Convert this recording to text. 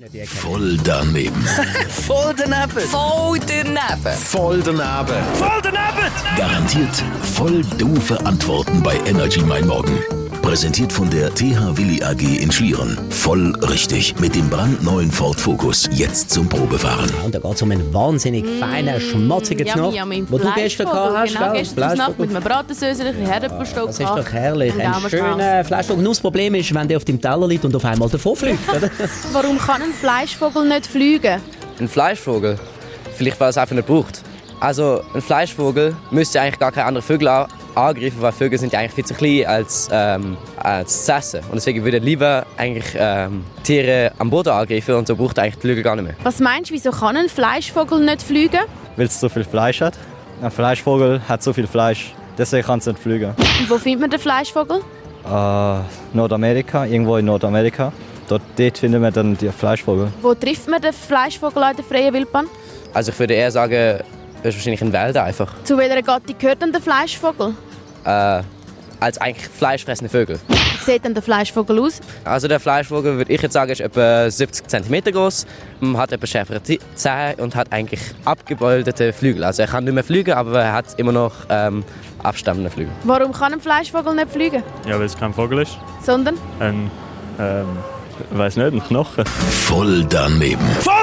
Voll daneben. Voll daneben. Voll daneben. Voll daneben. Voll daneben. Garantiert voll doofe Antworten bei Energy Mein Morgen. Präsentiert von der TH Willi AG in Schlieren. Voll richtig. Mit dem brandneuen Ford Focus. Jetzt zum Probefahren. Und da geht es um einen wahnsinnig feinen, schmatzigen Knochen, wo du gestern gehabt hast. Genau, gestern Nacht mit einem Bratensösel, ein Herdöpfelstock. Das ist doch herrlich. Ein schöner Fleischvogel. Nur das Problem ist, wenn der auf dem Teller liegt und auf einmal davonfliegt. Oder? Warum kann ein Fleischvogel nicht fliegen? Ein Fleischvogel? Vielleicht, weil es einfach nicht braucht. Also ein Fleischvogel müsste eigentlich gar keine anderen Vögel angreifen, weil Vögel sind ja eigentlich viel zu klein als zu essen. Und deswegen würde er lieber eigentlich Tiere am Boden angreifen und so braucht er eigentlich die Flügel gar nicht mehr. Was meinst du, wieso kann ein Fleischvogel nicht fliegen? Weil es so viel Fleisch hat. Ein Fleischvogel hat so viel Fleisch, deswegen kann es nicht fliegen. Und wo findet man den Fleischvogel? Nordamerika, irgendwo in Nordamerika. Dort findet man dann den Fleischvogel. Wo trifft man den Fleischvogel in der freien Wildbahn? Also ich würde eher sagen, das ist wahrscheinlich ein Wälder einfach. Zu welcher Gattung gehört denn der Fleischvogel? Als eigentlich fleischfressende Vögel. Wie sieht denn der Fleischvogel aus? Also der Fleischvogel, würde ich jetzt sagen, ist etwa 70 cm groß, hat etwa schärfere Zähne und hat eigentlich abgebildete Flügel. Also er kann nicht mehr fliegen, aber er hat immer noch abstammende Flügel. Warum kann ein Fleischvogel nicht fliegen? Ja, weil es kein Vogel ist. Sondern? Weiß nicht, ein Knochen. Voll daneben. Voll